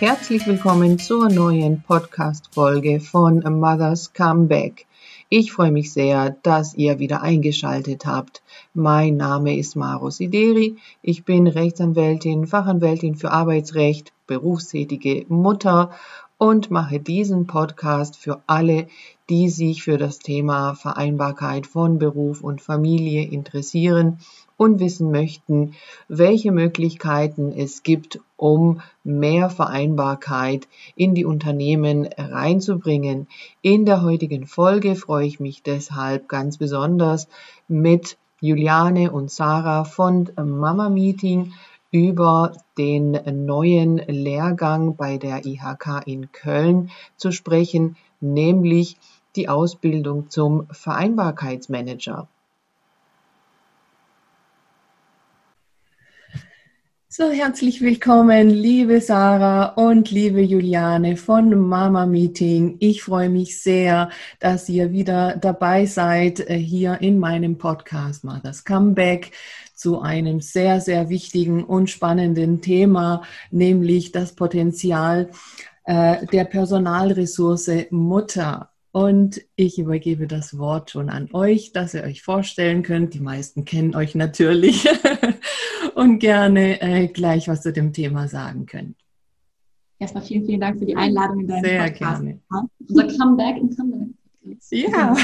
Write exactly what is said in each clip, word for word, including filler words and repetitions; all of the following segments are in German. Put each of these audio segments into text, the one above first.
herzlich willkommen zur neuen Podcast-Folge von Mother's Comeback. Ich freue mich sehr, dass ihr wieder eingeschaltet habt. Mein Name ist Maro Sideri. Ich bin Rechtsanwältin, Fachanwältin für Arbeitsrecht, berufstätige Mutter und mache diesen Podcast für alle, die sich für das Thema Vereinbarkeit von Beruf und Familie interessieren und wissen möchten, welche Möglichkeiten es gibt, um mehr Vereinbarkeit in die Unternehmen reinzubringen. In der heutigen Folge freue ich mich deshalb ganz besonders mit Juliane und Sarah von Mama Meeting über den neuen Lehrgang bei der I H K in Köln zu sprechen, nämlich die Ausbildung zum Vereinbarkeitsmanager. So, herzlich willkommen, liebe Sarah und liebe Juliane von Mama Meeting. Ich freue mich sehr, dass ihr wieder dabei seid hier in meinem Podcast Mother's Comeback zu einem sehr, sehr wichtigen und spannenden Thema, nämlich das Potenzial äh, der Personalressource Mutter. Und ich übergebe das Wort schon an euch, dass ihr euch vorstellen könnt. Die meisten kennen euch natürlich und gerne äh, gleich was zu dem Thema sagen könnt. Erstmal vielen, vielen Dank für die Einladung in deinen Sehr Podcast. Gerne. Unser Comeback in Comeback. Ja.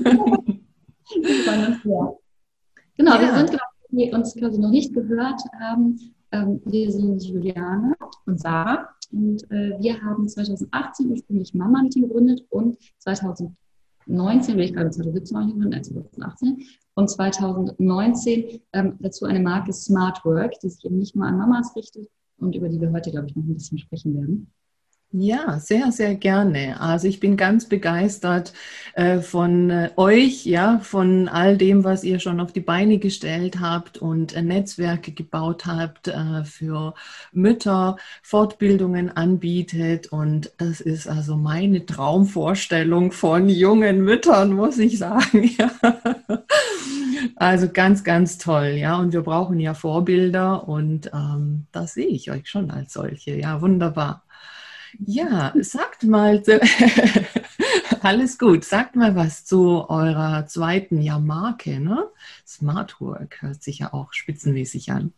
Genau, ja. wir sind, glaube ich, die uns quasi noch nicht gehört haben. Ähm, wir sind Juliane und Sarah. Und äh, wir haben zwanzig achtzehn ursprünglich Mama Meeting gegründet und zwanzig neunzehn, will ich gerade zwanzig siebzehn gegründet, also zwanzig achtzehn, und zwanzig neunzehn ähm, dazu eine Marke Smart Work, die sich eben nicht nur an Mamas richtet und über die wir heute, glaube ich, noch ein bisschen sprechen werden. Ja, sehr, sehr gerne. Also ich bin ganz begeistert äh, von äh, euch, ja, von all dem, was ihr schon auf die Beine gestellt habt und äh, Netzwerke gebaut habt äh, für Mütter, Fortbildungen anbietet. Und das ist also meine Traumvorstellung von jungen Müttern, muss ich sagen. Ja. Also ganz, ganz toll, ja. Und wir brauchen ja Vorbilder und ähm, das sehe ich euch schon als solche. Ja, wunderbar. Ja, sagt mal, alles gut, sagt mal was zu eurer zweiten ja, Marke, ne? Smart Work hört sich ja auch spitzenmäßig an.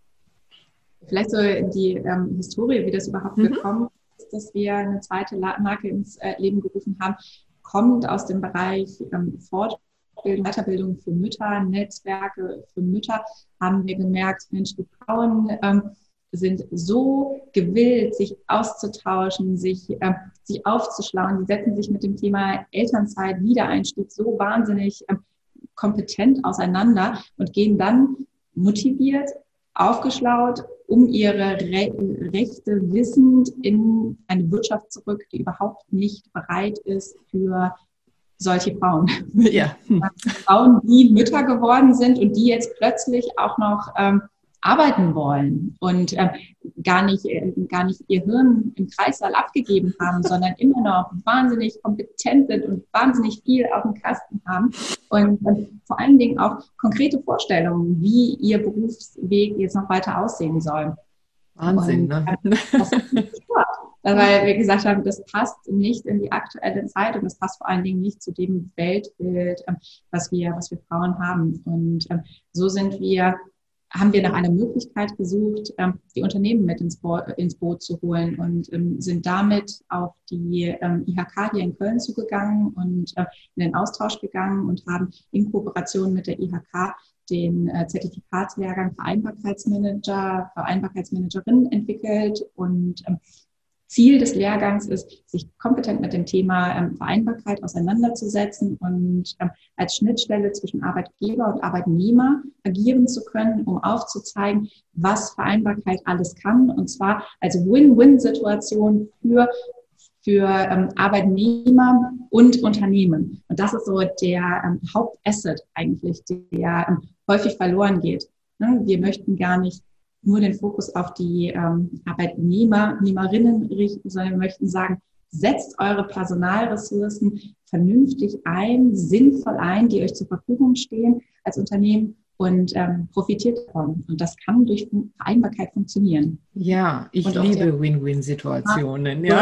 Vielleicht so die ähm, Historie, wie das überhaupt mhm. gekommen ist, dass wir eine zweite Marke ins äh, Leben gerufen haben, kommt aus dem Bereich ähm, Fortbildung, Weiterbildung für Mütter, Netzwerke für Mütter, haben wir gemerkt, Mensch, die Frauen ähm, sind so gewillt, sich auszutauschen, sich, äh, sich aufzuschlauen. Die setzen sich mit dem Thema Elternzeit, Wiedereinstieg so wahnsinnig äh, kompetent auseinander und gehen dann motiviert, aufgeschlaut, um ihre Re- Rechte wissend in eine Wirtschaft zurück, die überhaupt nicht bereit ist für solche Frauen. Ja. Frauen, die Mütter geworden sind und die jetzt plötzlich auch noch ähm, arbeiten wollen und äh, gar nicht, äh, gar nicht ihr Hirn im Kreißsaal abgegeben haben, sondern immer noch wahnsinnig kompetent sind und wahnsinnig viel auf dem Kasten haben und, und vor allen Dingen auch konkrete Vorstellungen, wie ihr Berufsweg jetzt noch weiter aussehen soll. Wahnsinn, und, ne? Äh, das ist gestört, weil wir gesagt haben, das passt nicht in die aktuelle Zeit und das passt vor allen Dingen nicht zu dem Weltbild, äh, was wir, was wir Frauen haben. Und äh, so sind wir haben wir nach einer Möglichkeit gesucht, die Unternehmen mit ins Boot, ins Boot zu holen und sind damit auf die I H K hier in Köln zugegangen und in den Austausch gegangen und haben in Kooperation mit der I H K den Zertifikatslehrgang Vereinbarkeitsmanager, Vereinbarkeitsmanagerin entwickelt und Ziel des Lehrgangs ist, sich kompetent mit dem Thema ähm, Vereinbarkeit auseinanderzusetzen und ähm, als Schnittstelle zwischen Arbeitgeber und Arbeitnehmer agieren zu können, um aufzuzeigen, was Vereinbarkeit alles kann, und zwar als Win-Win-Situation für, für ähm, Arbeitnehmer und Unternehmen. Und das ist so der ähm, Hauptasset eigentlich, der ähm, häufig verloren geht. Ne? Wir möchten gar nicht nur den Fokus auf die ähm, Arbeitnehmer, Nehmerinnen richten, sondern wir möchten sagen, setzt eure Personalressourcen vernünftig ein, sinnvoll ein, die euch zur Verfügung stehen als Unternehmen, und ähm, profitiert davon. Und das kann durch Vereinbarkeit funktionieren. Ja, ich und liebe Win-Win-Situationen, ja.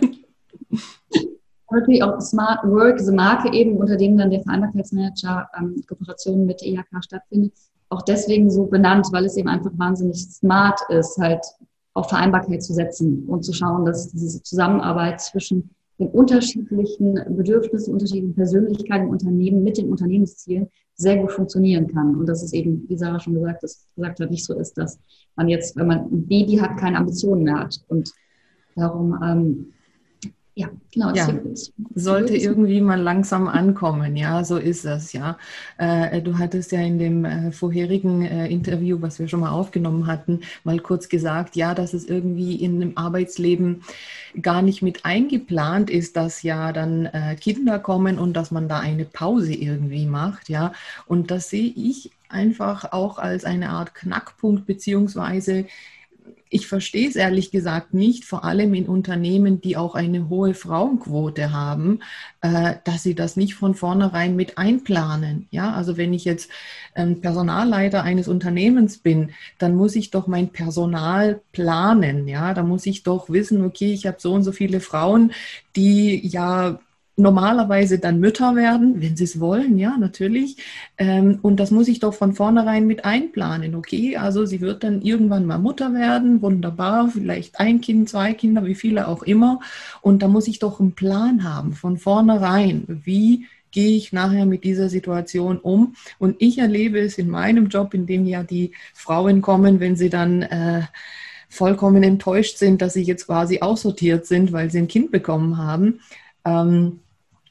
Wirklich auch Smart Work, diese Marke eben, unter dem dann der Vereinbarkeitsmanager ähm, Kooperation mit der I H K stattfindet, auch deswegen so benannt, weil es eben einfach wahnsinnig smart ist, halt auf Vereinbarkeit zu setzen und zu schauen, dass diese Zusammenarbeit zwischen den unterschiedlichen Bedürfnissen, unterschiedlichen Persönlichkeiten im Unternehmen mit den Unternehmenszielen sehr gut funktionieren kann. Und dass es eben, wie Sarah schon gesagt, ist, gesagt hat, nicht so ist, dass man jetzt, wenn man ein Baby hat, keine Ambitionen mehr hat. Und darum, ähm, ja, genau. Ja, ist, sollte irgendwie mal langsam ankommen, ja, so ist es, ja. Äh, du hattest ja in dem äh, vorherigen äh, Interview, was wir schon mal aufgenommen hatten, mal kurz gesagt, ja, dass es irgendwie in dem Arbeitsleben gar nicht mit eingeplant ist, dass ja dann äh, Kinder kommen und dass man da eine Pause irgendwie macht, ja. Und das sehe ich einfach auch als eine Art Knackpunkt, beziehungsweise ich verstehe es ehrlich gesagt nicht, vor allem in Unternehmen, die auch eine hohe Frauenquote haben, äh, dass sie das nicht von vornherein mit einplanen. Ja, also wenn ich jetzt ähm, Personalleiter eines Unternehmens bin, dann muss ich doch mein Personal planen. Ja, da muss ich doch wissen, okay, ich habe so und so viele Frauen, die ja normalerweise dann Mütter werden, wenn sie es wollen, ja, natürlich. Ähm, und das muss ich doch von vornherein mit einplanen, okay? Also sie wird dann irgendwann mal Mutter werden, wunderbar, vielleicht ein Kind, zwei Kinder, wie viele auch immer. Und da muss ich doch einen Plan haben, von vornherein, wie gehe ich nachher mit dieser Situation um? Und ich erlebe es in meinem Job, in dem ja die Frauen kommen, wenn sie dann äh, vollkommen enttäuscht sind, dass sie jetzt quasi aussortiert sind, weil sie ein Kind bekommen haben. Ähm,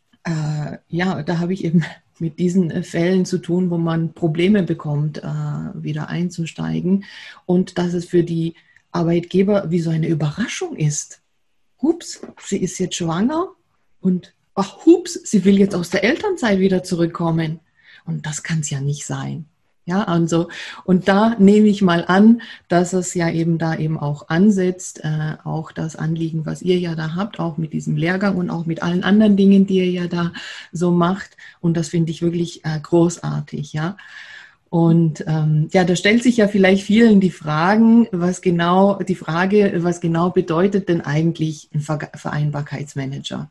Äh, ja, da habe ich eben mit diesen äh, Fällen zu tun, wo man Probleme bekommt, äh, wieder einzusteigen. Und dass es für die Arbeitgeber wie so eine Überraschung ist. Hups, sie ist jetzt schwanger und ach, hups, sie will jetzt aus der Elternzeit wieder zurückkommen. Und das kann es ja nicht sein. Ja, also, und da nehme ich mal an, dass es ja eben da eben auch ansetzt, äh, auch das Anliegen, was ihr ja da habt, auch mit diesem Lehrgang und auch mit allen anderen Dingen, die ihr ja da so macht. Und das finde ich wirklich äh, großartig, ja. Und ähm, ja, da stellt sich ja vielleicht vielen die Fragen, was genau, die Frage, was genau bedeutet denn eigentlich ein Ver- Vereinbarkeitsmanager?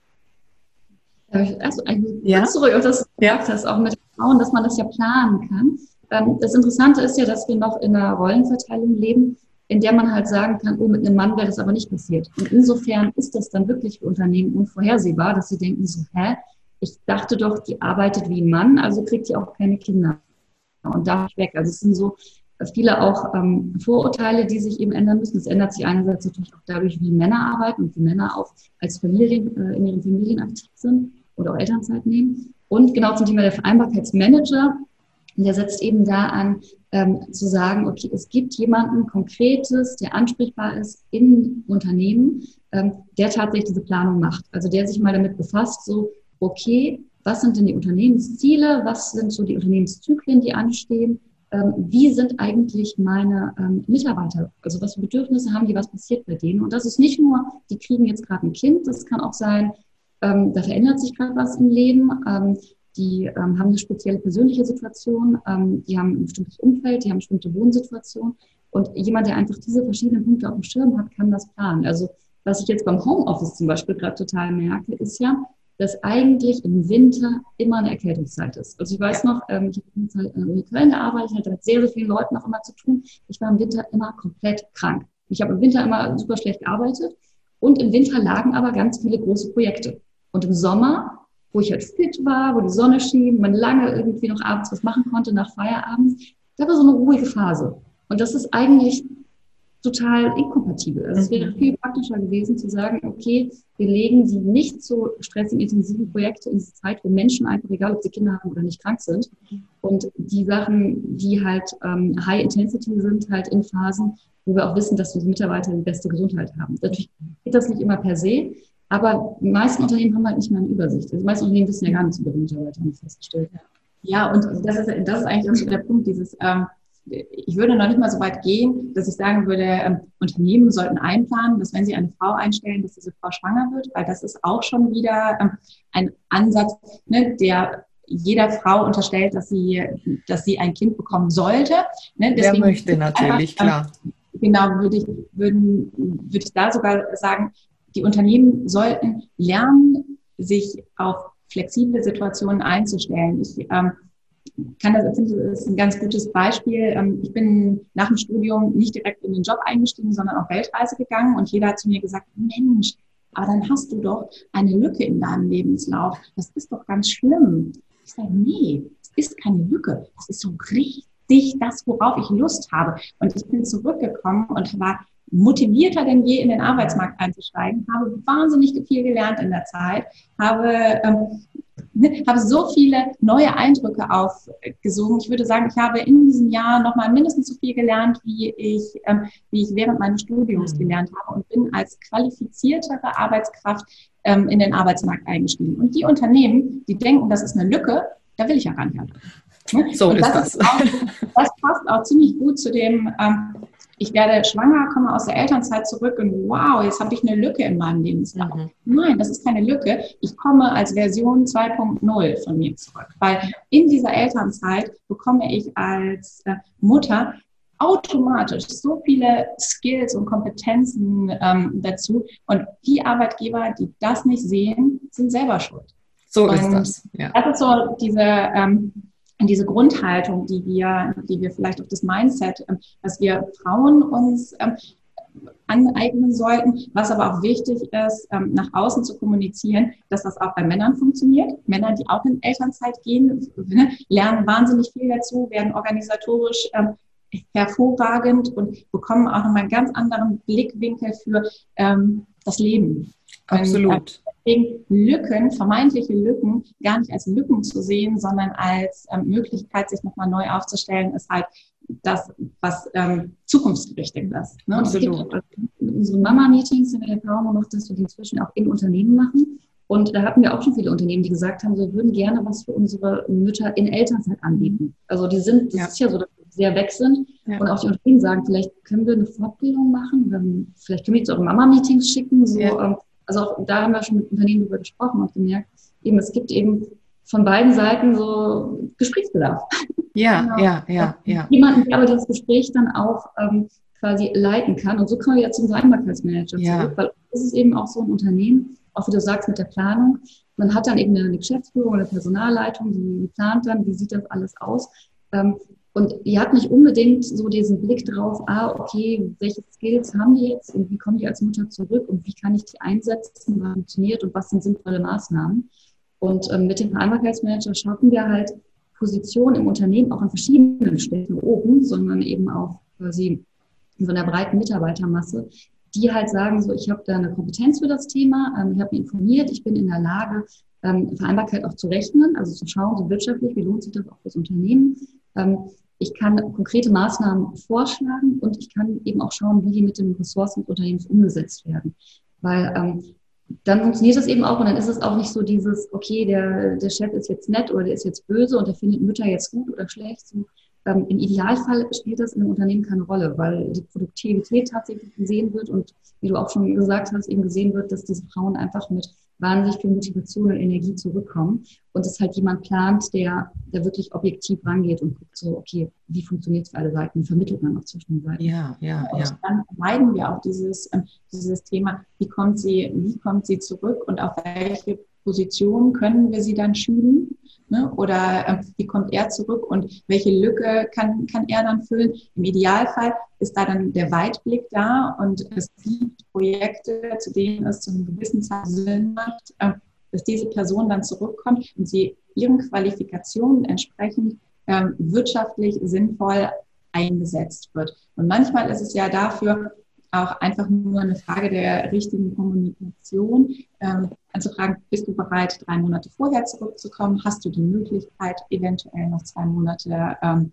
Also eigentlich Ja? zurück auf das, was du Ja. gesagt hast, auch mit Frauen, dass man das ja planen kann. Ähm, das Interessante ist ja, dass wir noch in einer Rollenverteilung leben, in der man halt sagen kann, oh, mit einem Mann wäre das aber nicht passiert. Und insofern ist das dann wirklich für Unternehmen unvorhersehbar, dass sie denken so, hä, ich dachte doch, die arbeitet wie ein Mann, also kriegt die auch keine Kinder. Und darf ich weg. Also es sind so viele auch ähm, Vorurteile, die sich eben ändern müssen. Es ändert sich einerseits natürlich auch dadurch, wie Männer arbeiten und wie Männer auch als Familien äh, in ihren Familien aktiv sind oder auch Elternzeit nehmen. Und genau zum Thema der Vereinbarkeitsmanager, der setzt eben da an, ähm, zu sagen, okay, es gibt jemanden Konkretes, der ansprechbar ist in Unternehmen, ähm, der tatsächlich diese Planung macht. Also der sich mal damit befasst, so, okay, was sind denn die Unternehmensziele, was sind so die Unternehmenszyklen, die anstehen, ähm, wie sind eigentlich meine ähm, Mitarbeiter, also was für Bedürfnisse haben die, was passiert bei denen. Und das ist nicht nur, die kriegen jetzt gerade ein Kind, das kann auch sein, ähm, da verändert sich gerade was im Leben, ähm, die ähm, haben eine spezielle persönliche Situation, ähm, die haben ein bestimmtes Umfeld, die haben eine bestimmte Wohnsituation. Und jemand, der einfach diese verschiedenen Punkte auf dem Schirm hat, kann das planen. Also was ich jetzt beim Homeoffice zum Beispiel gerade total merke, ist ja, dass eigentlich im Winter immer eine Erkältungszeit ist. Also ich weiß noch, ähm, ich habe in der Uni Köln gearbeitet, ich hatte mit sehr, sehr vielen Leuten auch immer zu tun. Ich war im Winter immer komplett krank. Ich habe im Winter immer super schlecht gearbeitet und im Winter lagen aber ganz viele große Projekte. Und im Sommer, wo ich halt fit war, wo die Sonne schien, man lange irgendwie noch abends was machen konnte nach Feierabend, da war so eine ruhige Phase. Und das ist eigentlich total inkompatibel. Also es wäre viel praktischer gewesen zu sagen, okay, wir legen die nicht so stressigen, intensiven Projekte in diese Zeit, wo Menschen einfach, egal ob sie Kinder haben oder nicht, krank sind. Und die Sachen, die halt ähm, High Intensity sind, halt in Phasen, wo wir auch wissen, dass unsere Mitarbeiter die beste Gesundheit haben. Natürlich geht das nicht immer per se, aber die meisten Unternehmen haben halt nicht mal eine Übersicht. Also die meisten Unternehmen wissen ja gar nichts über die Mitarbeiter, haben festgestellt. Ja, und das ist, das ist eigentlich auch so der Punkt, dieses, ähm, ich würde noch nicht mal so weit gehen, dass ich sagen würde, ähm, Unternehmen sollten einplanen, dass wenn sie eine Frau einstellen, dass diese Frau schwanger wird, weil das ist auch schon wieder ähm, ein Ansatz, ne, der jeder Frau unterstellt, dass sie, dass sie ein Kind bekommen sollte. Ne? Wer möchte natürlich, einfach, klar. Genau, würde ich, würden, würde ich da sogar sagen, die Unternehmen sollten lernen, sich auf flexible Situationen einzustellen. Ich ähm, kann das, ich finde, das ist ein ganz gutes Beispiel. Ähm, ich bin nach dem Studium nicht direkt in den Job eingestiegen, sondern auf Weltreise gegangen und jeder hat zu mir gesagt, Mensch, aber dann hast du doch eine Lücke in deinem Lebenslauf. Das ist doch ganz schlimm. Ich sage, nee, es ist keine Lücke. Das ist so richtig das, worauf ich Lust habe. Und ich bin zurückgekommen und war motivierter denn je in den Arbeitsmarkt einzusteigen, habe wahnsinnig viel gelernt in der Zeit, habe, ähm, habe so viele neue Eindrücke aufgesogen. Ich würde sagen, ich habe in diesem Jahr nochmal mindestens so viel gelernt, wie ich, ähm, wie ich während meines Studiums gelernt habe und bin als qualifiziertere Arbeitskraft ähm, in den Arbeitsmarkt eingestiegen. Und die Unternehmen, die denken, das ist eine Lücke, da will ich ja gar nicht haben. So und ist das. das. Ist auch, das passt auch ziemlich gut zu dem, ähm, ich werde schwanger, komme aus der Elternzeit zurück und wow, jetzt habe ich eine Lücke in meinem Lebenslauf. Mhm. Nein, das ist keine Lücke. Ich komme als Version zwei Punkt null von mir zurück, weil in dieser Elternzeit bekomme ich als äh, Mutter automatisch so viele Skills und Kompetenzen ähm, dazu. Und die Arbeitgeber, die das nicht sehen, sind selber schuld. So und ist das. Ja. Das ist so diese... Ähm, diese Grundhaltung, die wir, die wir vielleicht auf das Mindset, dass wir Frauen uns ähm, aneignen sollten, was aber auch wichtig ist, ähm, nach außen zu kommunizieren, dass das auch bei Männern funktioniert. Männer, die auch in Elternzeit gehen, ne, lernen wahnsinnig viel dazu, werden organisatorisch ähm, hervorragend und bekommen auch nochmal einen ganz anderen Blickwinkel für ähm, das Leben. Absolut. Und, deswegen Lücken, vermeintliche Lücken, gar nicht als Lücken zu sehen, sondern als ähm, Möglichkeit, sich nochmal neu aufzustellen, ist halt das, was ähm, zukunftsgerichtet ist. Ne? Absolut. In unseren Mama-Meetings haben wir die Erfahrung gemacht, dass wir die inzwischen auch in Unternehmen machen. Und da hatten wir auch schon viele Unternehmen, die gesagt haben, wir würden gerne was für unsere Mütter in Elternzeit anbieten. Also die sind, das ja. ist ja so, dass wir sehr weg sind. Ja. Und auch die Unternehmen sagen, vielleicht können wir eine Fortbildung machen, dann, vielleicht können wir die zu euren Mama-Meetings schicken, so, ja. ähm, also auch da haben wir schon mit Unternehmen darüber gesprochen und gemerkt, eben es gibt eben von beiden Seiten so Gesprächsbedarf. Ja, genau. ja, ja, ja. Jemanden, der aber das Gespräch dann auch ähm, quasi leiten kann. Und so kommen wir jetzt zum Vereinbarkeitsmanager ja. zurück, weil es ist eben auch so ein Unternehmen, auch wie du sagst mit der Planung. Man hat dann eben eine Geschäftsführung oder Personalleitung, die plant dann, wie sieht das alles aus. Ähm, Und die hat nicht unbedingt so diesen Blick drauf, ah, okay, welche Skills haben die jetzt und wie kommen die als Mutter zurück und wie kann ich die einsetzen, was funktioniert und was sind sinnvolle Maßnahmen. Und ähm, mit dem Vereinbarkeitsmanager schaffen wir halt Positionen im Unternehmen auch an verschiedenen Stellen oben, sondern eben auch quasi in so einer breiten Mitarbeitermasse, die halt sagen, so ich habe da eine Kompetenz für das Thema, ähm, ich habe mich informiert, ich bin in der Lage, ähm, Vereinbarkeit auch zu rechnen, also zu schauen, so wirtschaftlich, wie lohnt sich das auch fürs Unternehmen. Ähm, Ich kann konkrete Maßnahmen vorschlagen und ich kann eben auch schauen, wie die mit den Ressourcen des Unternehmens umgesetzt werden. Weil ähm, dann funktioniert das eben auch und dann ist es auch nicht so dieses, okay, der, der Chef ist jetzt nett oder der ist jetzt böse und der findet Mütter jetzt gut oder schlecht. So, ähm, im Idealfall spielt das in einem Unternehmen keine Rolle, weil die Produktivität tatsächlich gesehen wird und wie du auch schon gesagt hast, eben gesehen wird, dass diese Frauen einfach mit wahnsinnig viel Motivation und Energie zurückkommen und es halt jemand plant, der, der wirklich objektiv rangeht und guckt so, okay, wie funktioniert es für alle Seiten und vermittelt man auch zwischen den Seiten. Ja, ja, und ja. Dann vermeiden wir auch dieses, ähm, dieses Thema, wie kommt sie, wie kommt sie zurück und auf welche Position können wir sie dann schieben? Ne? Oder ähm, wie kommt er zurück und welche Lücke kann, kann er dann füllen? Im Idealfall ist da dann der Weitblick da und es gibt Projekte, zu denen es zu einem gewissen Zeit Sinn macht, äh, dass diese Person dann zurückkommt und sie ihren Qualifikationen entsprechend äh, wirtschaftlich sinnvoll eingesetzt wird. Und manchmal ist es ja dafür auch einfach nur eine Frage der richtigen Kommunikation, ähm, anzufragen, bist du bereit, drei Monate vorher zurückzukommen? Hast du die Möglichkeit, eventuell noch zwei Monate ähm,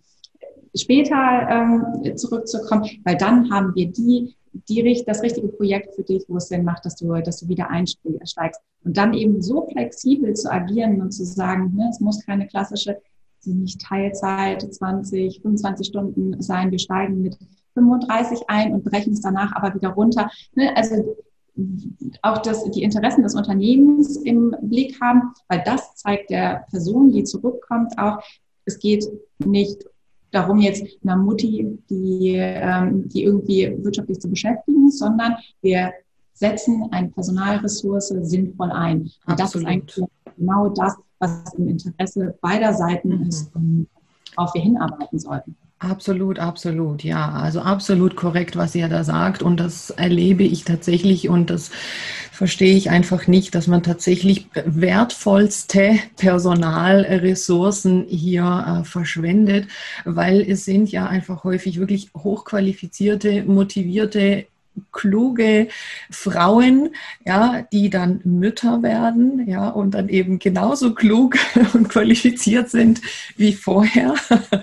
später ähm, zurückzukommen? Weil dann haben wir die, die, das richtige Projekt für dich, wo es Sinn macht, dass du, dass du wieder einsteigst. Und dann eben so flexibel zu agieren und zu sagen, ne, es muss keine klassische, nicht Teilzeit, zwanzig, fünfundzwanzig Stunden sein, wir steigen mit fünfunddreißig ein und brechen es danach aber wieder runter. Ne? Also auch das, die Interessen des Unternehmens im Blick haben, weil das zeigt der Person, die zurückkommt, auch, es geht nicht darum, jetzt einer Mutti, die, ähm, die irgendwie wirtschaftlich zu beschäftigen, sondern wir setzen eine Personalressource sinnvoll ein. Und Absolut. das ist eigentlich genau das, was im Interesse beider Seiten mhm. ist und worauf wir hinarbeiten sollten. Absolut, absolut, ja. Also absolut korrekt, was ihr da sagt. Und das erlebe ich tatsächlich und das verstehe ich einfach nicht, dass man tatsächlich wertvollste Personalressourcen hier äh, verschwendet, weil es sind ja einfach häufig wirklich hochqualifizierte, motivierte, kluge Frauen, ja, die dann Mütter werden, ja, und dann eben genauso klug und qualifiziert sind wie vorher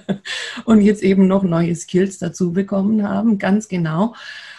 und jetzt eben noch neue Skills dazu bekommen haben, ganz genau.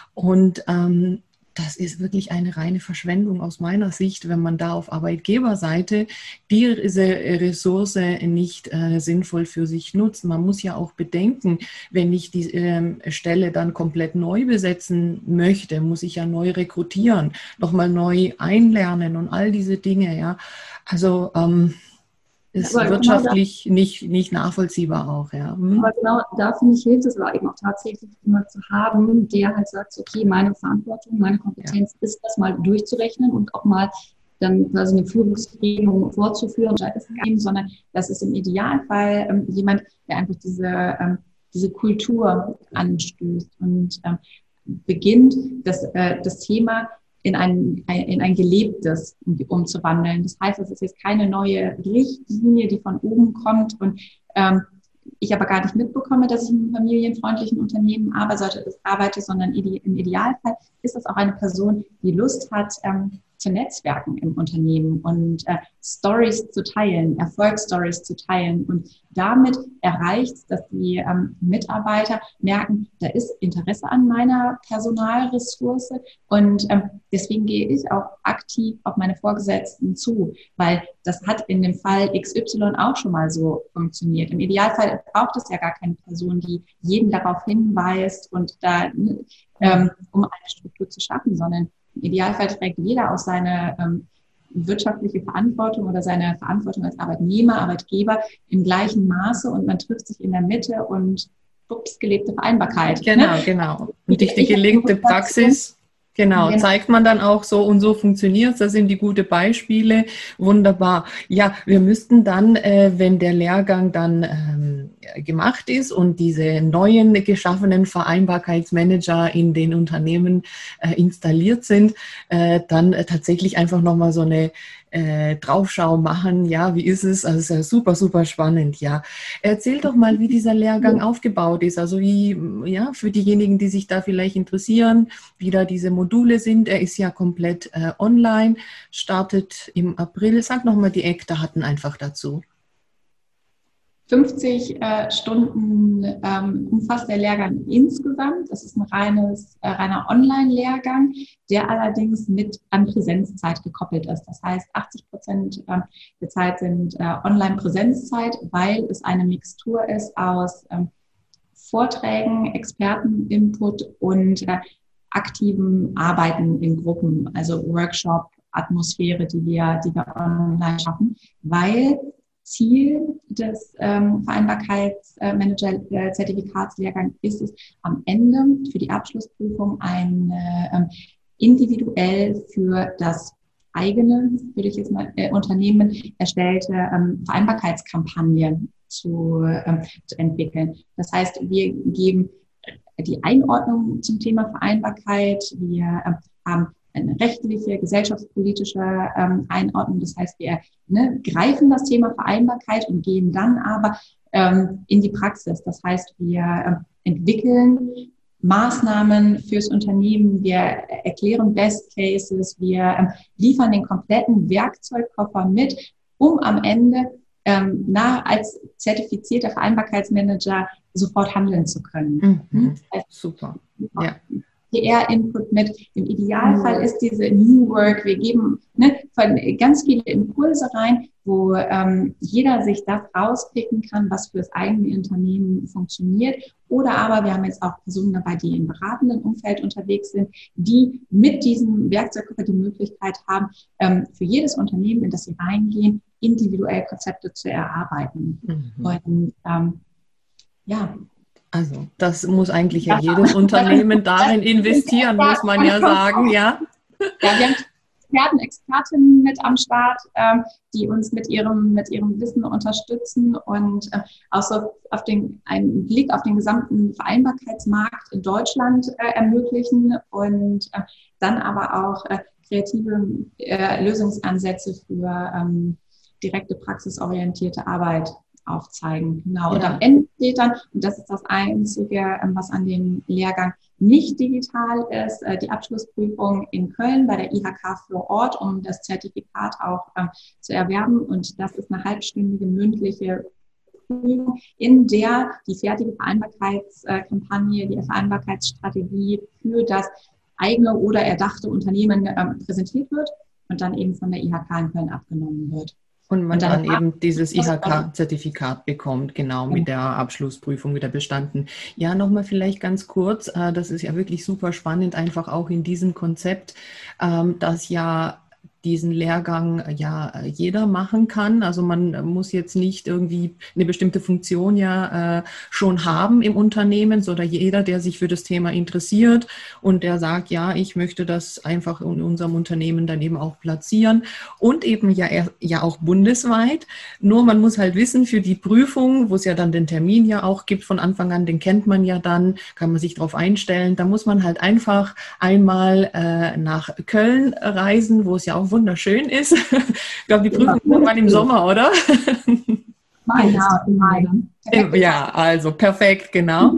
Und ähm, das ist wirklich eine reine Verschwendung aus meiner Sicht, wenn man da auf Arbeitgeberseite diese Ressource nicht äh, sinnvoll für sich nutzt. Man muss ja auch bedenken, wenn ich die ähm, Stelle dann komplett neu besetzen möchte, muss ich ja neu rekrutieren, nochmal neu einlernen und all diese Dinge. Ja, also ähm, ist aber wirtschaftlich genau nicht, nicht nachvollziehbar auch. Ja. Hm? Aber genau da, finde ich, hilft es aber eben auch tatsächlich jemand zu haben, der halt sagt, okay, meine Verantwortung, meine Kompetenz ja. ist das mal durchzurechnen und auch mal dann quasi eine Führungsgremium vorzuführen, sondern das ist im Idealfall ähm, jemand, der einfach diese, ähm, diese Kultur anstößt und ähm, beginnt, das, äh, das Thema in ein, in ein gelebtes umzuwandeln. Das heißt, es ist jetzt keine neue Richtlinie, die von oben kommt und ähm, ich aber gar nicht mitbekomme, dass ich in einem familienfreundlichen Unternehmen arbeite, arbeite sondern im Idealfall ist das auch eine Person, die Lust hat, ähm, zu netzwerken im Unternehmen und äh, Stories zu teilen, Erfolgsstories zu teilen. Und damit erreicht es, dass die ähm, Mitarbeiter merken, da ist Interesse an meiner Personalressource. Und ähm, deswegen gehe ich auch aktiv auf meine Vorgesetzten zu, weil das hat in dem Fall X Y auch schon mal so funktioniert. Im Idealfall braucht es ja gar keine Person, die jeden darauf hinweist und da, ähm, um eine Struktur zu schaffen, sondern im Idealfall trägt jeder auch seine ähm, wirtschaftliche Verantwortung oder seine Verantwortung als Arbeitnehmer, Arbeitgeber im gleichen Maße und man trifft sich in der Mitte und ups, gelebte Vereinbarkeit. Genau, ne? genau. Und durch die gelebte Praxis, genau, genau, zeigt man dann auch so und so funktioniert es. Das sind die gute Beispiele. Wunderbar. Ja, wir müssten dann, äh, wenn der Lehrgang dann ähm, gemacht ist und diese neuen geschaffenen Vereinbarkeitsmanager in den Unternehmen äh, installiert sind, äh, dann äh, tatsächlich einfach nochmal so eine äh, Draufschau machen. Ja, wie ist es? Also es ist ja super, super spannend. Ja, erzähl doch mal, wie dieser Lehrgang aufgebaut ist. Also wie, ja, für diejenigen, die sich da vielleicht interessieren, wie da diese Module sind. Er ist ja komplett äh, online, startet im April. Sag nochmal die Eckdaten einfach dazu. fünfzig äh, Stunden ähm, umfasst der Lehrgang insgesamt. Das ist ein reines, äh, reiner Online-Lehrgang, der allerdings mit an Präsenzzeit gekoppelt ist. Das heißt, achtzig Prozent äh, der Zeit sind äh, Online-Präsenzzeit, weil es eine Mixtur ist aus ähm, Vorträgen, Experteninput und äh, aktivem Arbeiten in Gruppen, also Workshop-Atmosphäre, die wir, die wir online schaffen, weil Ziel des ähm, Vereinbarkeitsmanager-Zertifikatslehrgangs ist es, am Ende für die Abschlussprüfung eine ähm, individuell für das eigene, würde ich jetzt mal äh, Unternehmen erstellte ähm, Vereinbarkeitskampagne zu, ähm, zu entwickeln. Das heißt, wir geben die Einordnung zum Thema Vereinbarkeit, wir ähm, haben eine rechtliche, gesellschaftspolitische ähm, Einordnung. Das heißt, wir ne, greifen das Thema Vereinbarkeit und gehen dann aber ähm, in die Praxis. Das heißt, wir ähm, entwickeln Maßnahmen fürs Unternehmen, wir erklären Best Cases, wir ähm, liefern den kompletten Werkzeugkoffer mit, um am Ende ähm, na, als zertifizierter Vereinbarkeitsmanager sofort handeln zu können. Mhm. Das heißt, super, ja. P R-Input mit. Im Idealfall ist diese New Work, wir geben ne, von ganz viele Impulse rein, wo ähm, jeder sich das rauspicken kann, was für das eigene Unternehmen funktioniert. Oder aber wir haben jetzt auch Personen dabei, die im beratenden Umfeld unterwegs sind, die mit diesem Werkzeugkoffer die Möglichkeit haben, ähm, für jedes Unternehmen, in das sie reingehen, individuell Konzepte zu erarbeiten. Mhm. Und ähm, ja, also das muss eigentlich ja jedes Unternehmen darin investieren, muss man ja sagen, ja. Ja, wir haben Experten, Expertinnen mit am Start, ähm, die uns mit ihrem, mit ihrem Wissen unterstützen und äh, auch so auf den, einen Blick auf den gesamten Vereinbarkeitsmarkt in Deutschland äh, ermöglichen und äh, dann aber auch äh, kreative äh, Lösungsansätze für ähm, direkte praxisorientierte Arbeit aufzeigen. Genau. Ja. Und am Ende steht dann, und das ist das Einzige, was an dem Lehrgang nicht digital ist, die Abschlussprüfung in Köln bei der I H K vor Ort, um das Zertifikat auch ähm, zu erwerben. Und das ist eine halbstündige mündliche Prüfung, in der die fertige Vereinbarkeitskampagne, die Vereinbarkeitsstrategie für das eigene oder erdachte Unternehmen ähm, präsentiert wird und dann eben von der I H K in Köln abgenommen wird. Und man und dann, dann eben dieses I H K-Zertifikat bekommt, genau, mit der Abschlussprüfung wieder bestanden. Ja, nochmal vielleicht ganz kurz, das ist ja wirklich super spannend, einfach auch in diesem Konzept, dass ja diesen Lehrgang ja jeder machen kann. Also man muss jetzt nicht irgendwie eine bestimmte Funktion ja äh, schon haben im Unternehmen, sondern jeder, der sich für das Thema interessiert und der sagt, ja, ich möchte das einfach in unserem Unternehmen dann eben auch platzieren und eben ja, ja auch bundesweit. Nur man muss halt wissen, für die Prüfung, wo es ja dann den Termin ja auch gibt von Anfang an, den kennt man ja dann, kann man sich darauf einstellen, da muss man halt einfach einmal äh, nach Köln reisen, wo es ja auch wunderschön ist. Ich glaube, die Prüfung ja, war im Sommer, oder? Mai, ja, Mai. Ja, also perfekt, genau.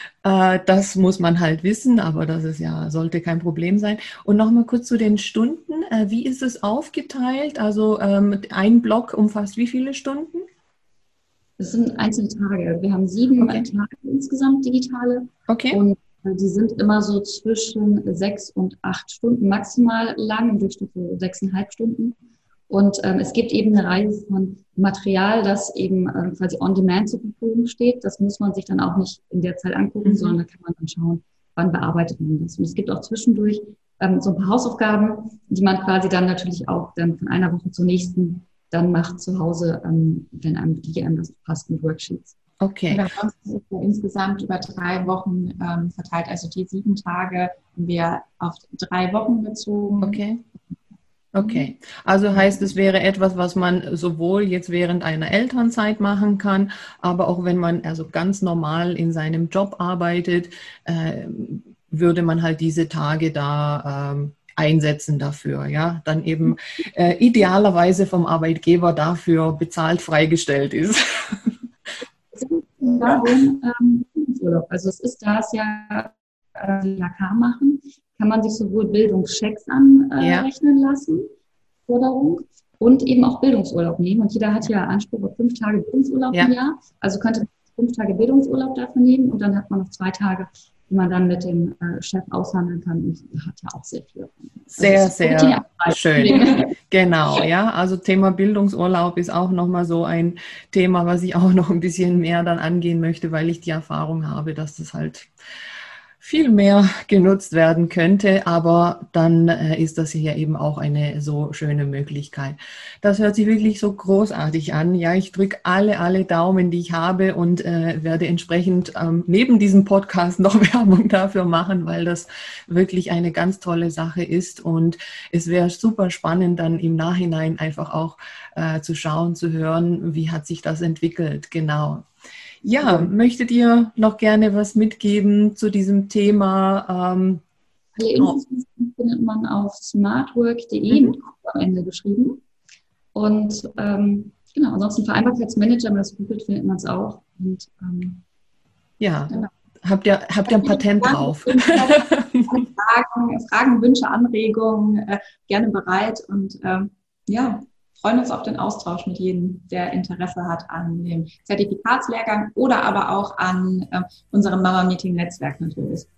Das muss man halt wissen, aber das ist ja, sollte kein Problem sein. Und nochmal kurz zu den Stunden. Wie ist es aufgeteilt? Also ein Block umfasst wie viele Stunden? Das sind einzelne Tage. Wir haben sieben okay. Tage insgesamt digitale. Okay. Und die sind immer so zwischen sechs und acht Stunden maximal lang, im Durchschnitt so sechseinhalb Stunden. Und ähm, es gibt eben eine Reihe von Material, das eben ähm, quasi on demand zur Verfügung steht. Das muss man sich dann auch nicht in der Zeit angucken, mhm. sondern da kann man dann schauen, wann bearbeitet man das. Und es gibt auch zwischendurch ähm, so ein paar Hausaufgaben, die man quasi dann natürlich auch dann von einer Woche zur nächsten dann macht zu Hause, ähm, wenn einem die einem das passt mit Worksheets. Okay. Und ansonsten ist es insgesamt über drei Wochen ähm, verteilt. Also die sieben Tage haben wir auf drei Wochen bezogen. Okay. Okay. Also heißt, es wäre etwas, was man sowohl jetzt während einer Elternzeit machen kann, aber auch wenn man also ganz normal in seinem Job arbeitet, äh, würde man halt diese Tage da ähm, einsetzen dafür, ja, dann eben äh, idealerweise vom Arbeitgeber dafür bezahlt freigestellt ist. Darum, ähm, also es ist, da es ja äh, die I H K machen, kann man sich sowohl Bildungschecks anrechnen äh, ja. lassen, Forderung, und eben auch Bildungsurlaub nehmen. Und jeder hat ja Anspruch auf fünf Tage Bildungsurlaub ja. im Jahr. Also könnte man fünf Tage Bildungsurlaub dafür nehmen und dann hat man noch zwei Tage, die man dann mit dem äh, Chef aushandeln kann. Und hat ja auch sehr viel. Sehr, also sehr schön. Genau, ja. Also Thema Bildungsurlaub ist auch nochmal so ein Thema, was ich auch noch ein bisschen mehr dann angehen möchte, weil ich die Erfahrung habe, dass das halt viel mehr genutzt werden könnte, aber dann äh, ist das hier eben auch eine so schöne Möglichkeit. Das hört sich wirklich so großartig an. Ja, ich drücke alle, alle Daumen, die ich habe und äh, werde entsprechend ähm, neben diesem Podcast noch Werbung dafür machen, weil das wirklich eine ganz tolle Sache ist und es wäre super spannend, dann im Nachhinein einfach auch äh, zu schauen, zu hören, wie hat sich das entwickelt, genau. Ja, okay. Möchtet ihr noch gerne was mitgeben zu diesem Thema? Ähm, Alle Infos findet man auf smartwork punkt de mhm. am Ende geschrieben. Und ähm, genau, ansonsten Vereinbarkeitsmanager, wenn man das googelt, findet man es auch. Und, ähm, ja, genau. habt, ihr, habt ihr ein Patent drauf? Fragen, Fragen, Wünsche, Anregungen, äh, gerne bereit und ähm, ja. freuen uns auf den Austausch mit jedem, der Interesse hat an dem Zertifikatslehrgang oder aber auch an äh, unserem Mama-Meeting-Netzwerk natürlich.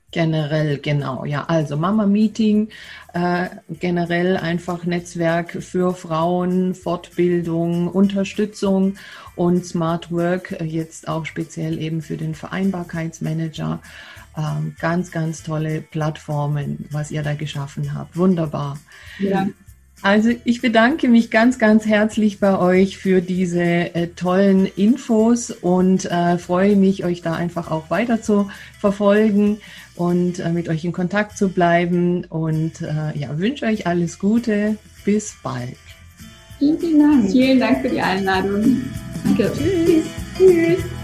Generell, genau, ja. Also Mama Meeting, äh, generell einfach Netzwerk für Frauen, Fortbildung, Unterstützung und Smart Work, äh, jetzt auch speziell eben für den Vereinbarkeitsmanager. Ähm, ganz, ganz tolle Plattformen, was ihr da geschaffen habt. Wunderbar. Ja. Also ich bedanke mich ganz, ganz herzlich bei euch für diese äh, tollen Infos und äh, freue mich, euch da einfach auch weiter zu verfolgen und äh, mit euch in Kontakt zu bleiben und äh, ja, wünsche euch alles Gute. Bis bald. Vielen, vielen Dank. Vielen Dank für die Einladung. Danke. Tschüss. Tschüss.